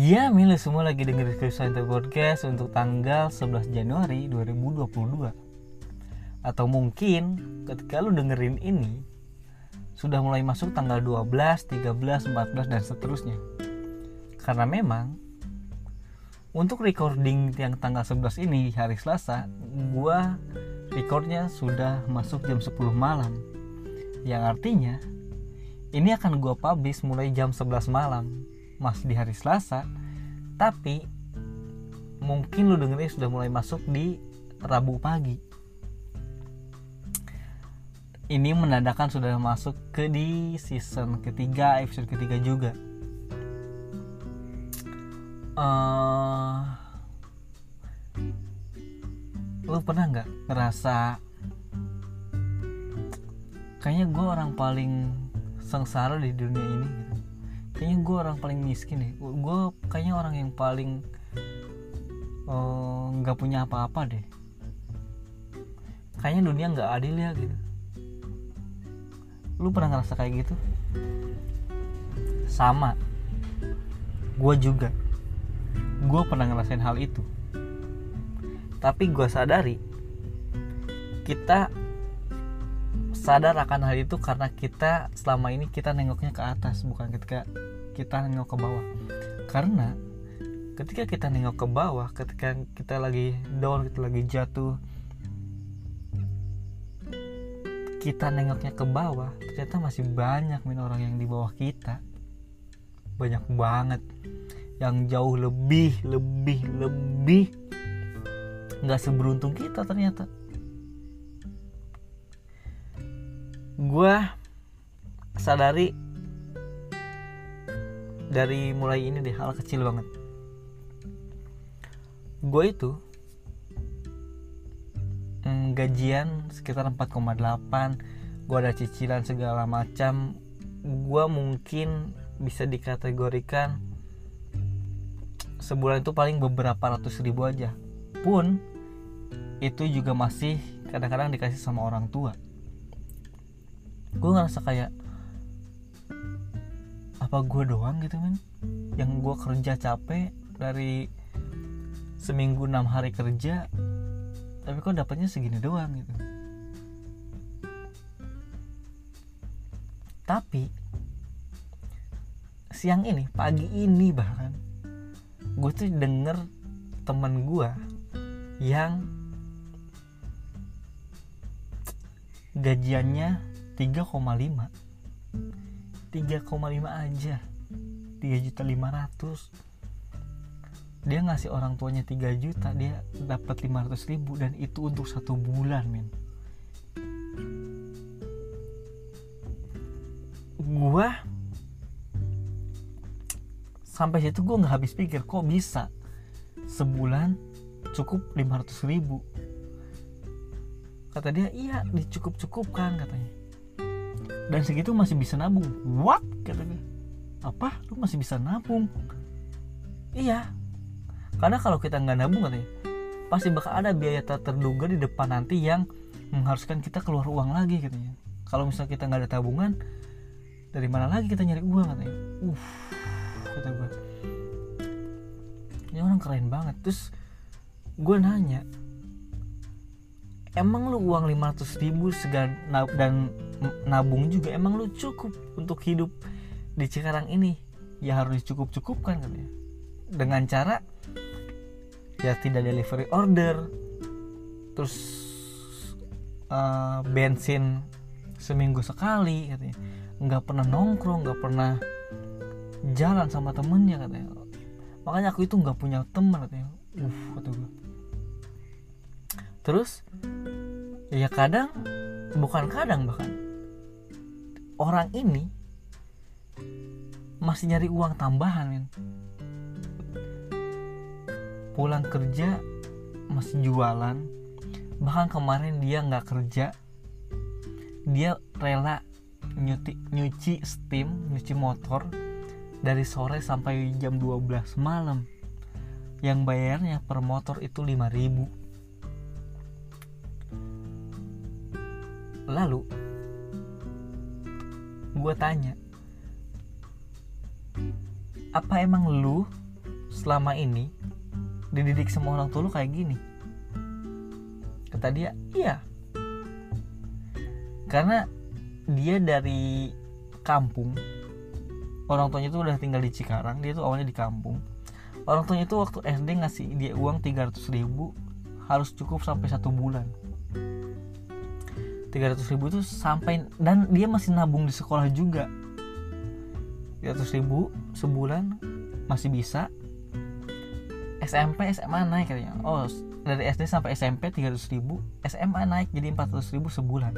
Ya, milih semua lagi dengerin Skrip Santai Podcast untuk tanggal 11 Januari 2022. Atau mungkin ketika lu dengerin ini sudah mulai masuk tanggal 12, 13, 14 dan seterusnya. Karena memang untuk recording yang tanggal 11 ini hari Selasa, gua recordnya sudah masuk jam 10 malam. Yang artinya ini akan gua publish mulai jam 11 malam. Masih di hari Selasa, tapi mungkin lu dengernya sudah mulai masuk di Rabu pagi. Ini menandakan sudah masuk ke di season ketiga, episode ketiga juga. Lu pernah nggak ngerasa kayaknya gue orang paling sengsara di dunia ini gitu? Kayaknya gue orang paling miskin deh. Gue kayaknya orang yang paling gak punya apa-apa deh. Kayaknya dunia gak adil ya gitu. Lu pernah ngerasa kayak gitu? Sama, gue juga. Gue pernah ngerasain hal itu. Tapi gue sadari kita sadar akan hal itu karena kita selama ini kita nengoknya ke atas, bukan ketika kita nengok ke bawah. Karena ketika kita nengok ke bawah, ketika kita lagi down, kita lagi jatuh, kita nengoknya ke bawah, ternyata masih banyak orang yang di bawah kita. Banyak banget yang jauh lebih gak seberuntung kita ternyata. Gue sadari dari mulai ini deh, hal kecil banget. Gue itu gajian sekitar 4,8. Gue ada cicilan segala macam. Gue mungkin bisa dikategorikan sebulan itu paling beberapa ratus ribu aja. Pun itu juga masih kadang-kadang dikasih sama orang tua. Gue ngerasa kayak apa gue doang gitu men, yang gue kerja capek dari seminggu 6 hari kerja, tapi kok dapatnya segini doang gitu. Tapi siang ini, pagi ini bahkan, gue tuh denger temen gue yang gajiannya 3,5 aja, 3.500.000. Dia ngasih orang tuanya 3 juta, dia dapat 500.000, dan itu untuk 1 bulan men. Gua sampai situ gue nggak habis pikir, kok bisa sebulan cukup 500.000. Kata dia, iya dicukup-cukupkan katanya. Dan segitu masih bisa nabung. What? Kata gue. Apa? Lu masih bisa nabung? Iya. Karena kalau kita gak nabung katanya, pasti bakal ada biaya tak terduga di depan nanti yang mengharuskan kita keluar uang lagi katanya. Kalau misalnya kita gak ada tabungan, dari mana lagi kita nyari uang katanya. Kata gue, ini orang keren banget. Terus gue nanya, emang lu uang 500.000 dan nabung juga, emang lu cukup untuk hidup di Cikarang ini? Ya harus dicukup-cukupkan katanya. Dengan cara ya tidak delivery order, terus bensin seminggu sekali katanya, nggak pernah nongkrong, nggak pernah jalan sama temennya katanya. Makanya aku itu nggak punya teman katanya. Kata gue. Terus ya bahkan orang ini masih nyari uang tambahan men. Pulang kerja masih jualan. Bahkan kemarin dia gak kerja, dia rela nyuci steam, nyuci motor dari sore sampai jam 12 malam. Yang bayarnya per motor itu 5.000. Lalu gue tanya, apa emang lu selama ini dididik sama orang tua lu kayak gini? Kata dia, iya. Karena dia dari kampung, orang tuanya itu udah tinggal di Cikarang, dia tuh awalnya di kampung. Orang tuanya itu waktu SD ngasih dia uang 300.000 harus cukup sampai 1 bulan. 300.000 itu sampai, dan dia masih nabung di sekolah juga. 300.000 sebulan masih bisa. SMP, SMA naik katanya. Oh, dari SD sampai SMP 300.000, SMA naik jadi 400.000 sebulan.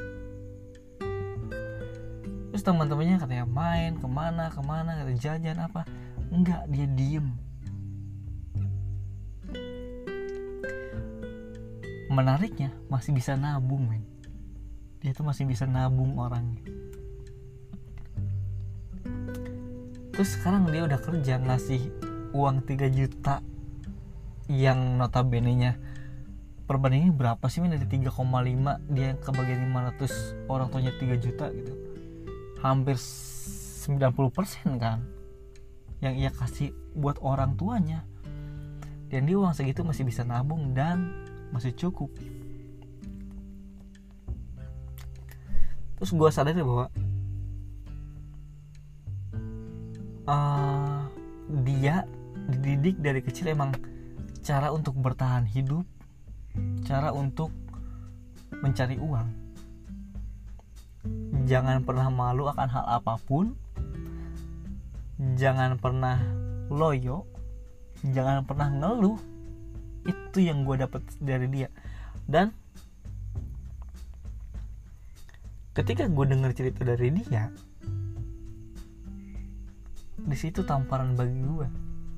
Terus teman-temannya katanya main kemana, katanya jajan apa. Enggak, dia diem. Menariknya masih bisa nabung, men. Dia tuh masih bisa nabung orangnya. Terus sekarang dia udah kerja, ngasih uang 3 juta yang notabene-nya perbandingannya berapa sih, men? Dari 3,5 dia kebagian 500, orang tuanya 3 juta gitu. Hampir 90% kan yang ia kasih buat orang tuanya. Dan dia uang segitu masih bisa nabung dan masih cukup. Terus gue sadar bahwa dia dididik dari kecil emang cara untuk bertahan hidup, cara untuk mencari uang. Jangan pernah malu akan hal apapun, jangan pernah loyo, jangan pernah ngeluh. Itu yang gue dapet dari dia. Dan ketika gue dengar cerita dari dia, di situ tamparan bagi gue.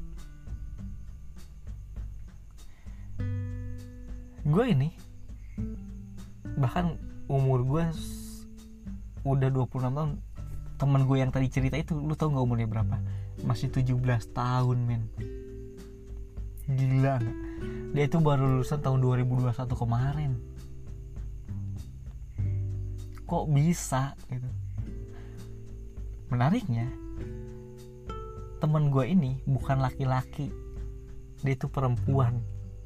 Gue ini bahkan umur gue udah 26 tahun. Temen gue yang tadi cerita itu, lu tau gak umurnya berapa? Masih 17 tahun, men. Gila gak? Dia itu baru lulusan tahun 2021 kemarin. Kok bisa gitu? Menariknya, temen gue ini bukan laki-laki, dia itu perempuan,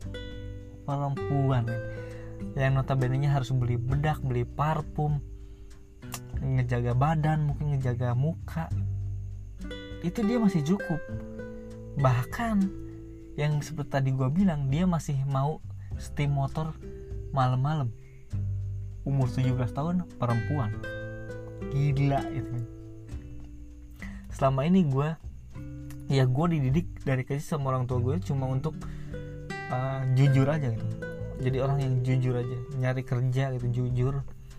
men. Yang notabene-nya harus beli bedak, beli parfum, ngejaga badan, mungkin ngejaga muka. Itu dia masih cukup. Bahkan yang seperti tadi gue bilang, dia masih mau setim motor malam-malam. Umur 17 tahun, perempuan. Gila itu. Selama ini gue dididik dari kecil sama orang tua gue cuma untuk jujur aja gitu. Jadi orang yang jujur aja, nyari kerja gitu, jujur.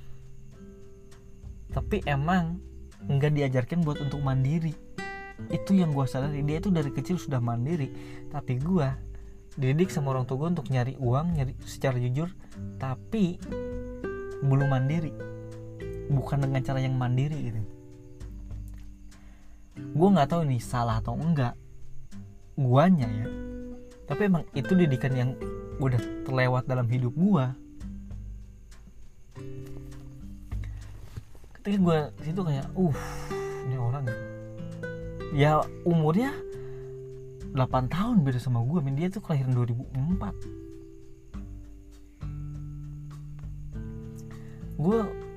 Tapi emang enggak diajarkan buat untuk mandiri. Itu yang gue sadari, dia itu dari kecil sudah mandiri. Tapi gue dididik sama orang tua gue untuk nyari uang, nyari secara jujur, tapi belum mandiri. Bukan dengan cara yang mandiri gitu. Gue nggak tahu ini salah atau enggak, guanya ya. Tapi emang itu didikan yang udah terlewat dalam hidup gue. Ketika gue situ kayak, ini orang gitu. Ya umurnya 8 tahun beda sama gue, men. Dia tuh kelahiran 2004. Gue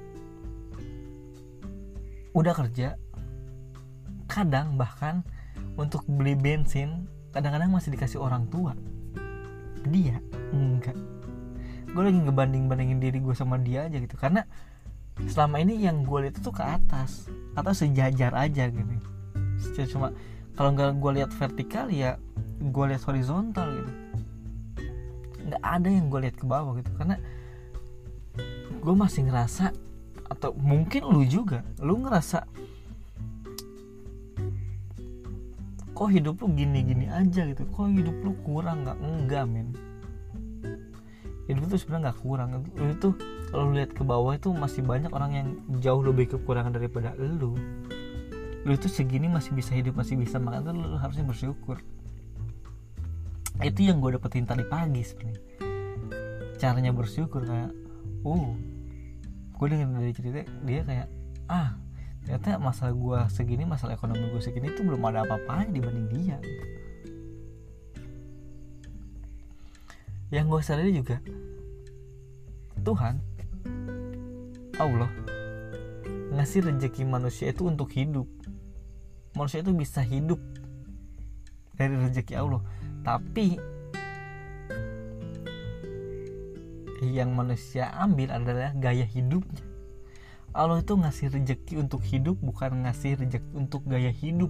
udah kerja, kadang bahkan untuk beli bensin kadang-kadang masih dikasih orang tua. Dia enggak. Gue lagi ngebanding-bandingin diri gue sama dia aja gitu. Karena selama ini yang gue lihat itu ke atas atau sejajar aja gitu. Cuma kalau nggak gue lihat vertikal, ya gue lihat horizontal gitu. Nggak ada yang gue lihat ke bawah gitu. Karena gue masih ngerasa, atau mungkin lu juga, lu ngerasa kok hidup lu gini-gini aja gitu, kok hidup lu kurang. Enggak, men. Hidup itu sebenarnya nggak kurang. Lu itu kalau lihat ke bawah itu masih banyak orang yang jauh lebih kekurangan daripada lu. Lu itu segini masih bisa hidup, masih bisa makan, tuh lu harusnya bersyukur. Itu yang gue dapetin tadi pagi sebenarnya. Caranya bersyukur kayak, gue dengar dari cerita dia kayak, ternyata masalah gue segini, masalah ekonomi gue segini tuh belum ada apa-apanya dibanding dia. Yang gue sadari juga, Tuhan Allah ngasih rezeki manusia itu untuk hidup. Manusia itu bisa hidup dari rezeki Allah, tapi yang manusia ambil adalah gaya hidupnya. Allah itu ngasih rezeki untuk hidup, bukan ngasih rezeki untuk gaya hidup.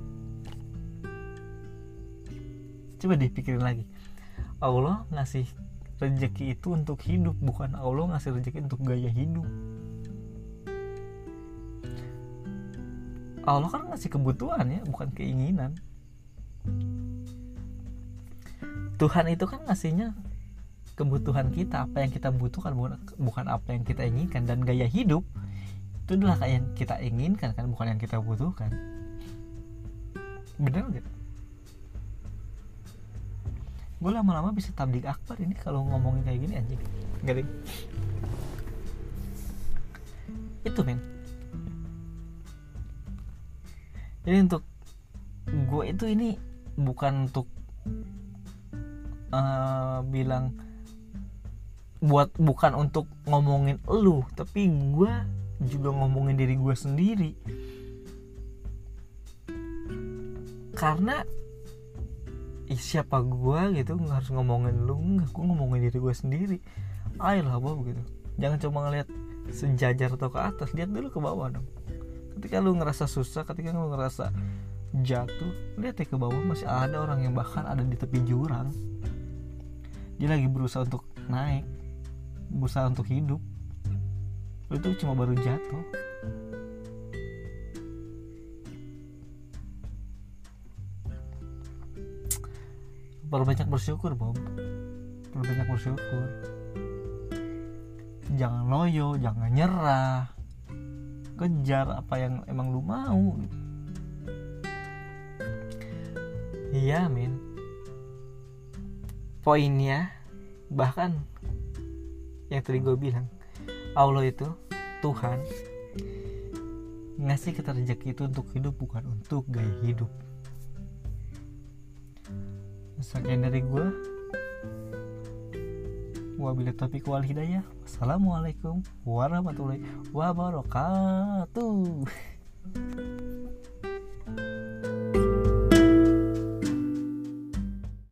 Coba dipikirin lagi. Allah ngasih rezeki itu untuk hidup, bukan Allah ngasih rezeki untuk gaya hidup. Allah kan ngasih kebutuhan ya, bukan keinginan. Tuhan itu kan ngasihnya kebutuhan kita, apa yang kita butuhkan, bukan apa yang kita inginkan. Dan gaya hidup itu adalah kayak yang kita inginkan kan, bukan yang kita butuhkan. Bener gak? Gue lama-lama bisa tablik akbar ini kalau ngomongin kayak gini anjing. Gak deh. Itu men. Jadi untuk gue itu ini bukan untuk bilang bukan untuk ngomongin elu, tapi gue juga ngomongin diri gue sendiri. Karena siapa gue gitu, nggak harus ngomongin lu, nggak, gue ngomongin diri gue sendiri. Ayolah bawa gitu, jangan cuma ngeliat sejajar atau ke atas, lihat dulu ke bawah dong. Ketika lu ngerasa susah, ketika lu ngerasa jatuh, lihat ya ke bawah, masih ada orang yang bahkan ada di tepi jurang. Dia lagi berusaha untuk naik, berusaha untuk hidup. Lu itu cuma baru jatuh. Perbanyak bersyukur Bob, perbanyak bersyukur. Jangan loyo, jangan nyerah, kejar apa yang emang lu mau. Iya men. Poinnya bahkan yang tadi gue bilang, Allah itu Tuhan ngasih kita rezeki itu untuk hidup, bukan untuk gaya hidup. Sekian dari gue. Wabillahi taufiq wal hidayah. Wassalamualaikum warahmatullahi wabarakatuh.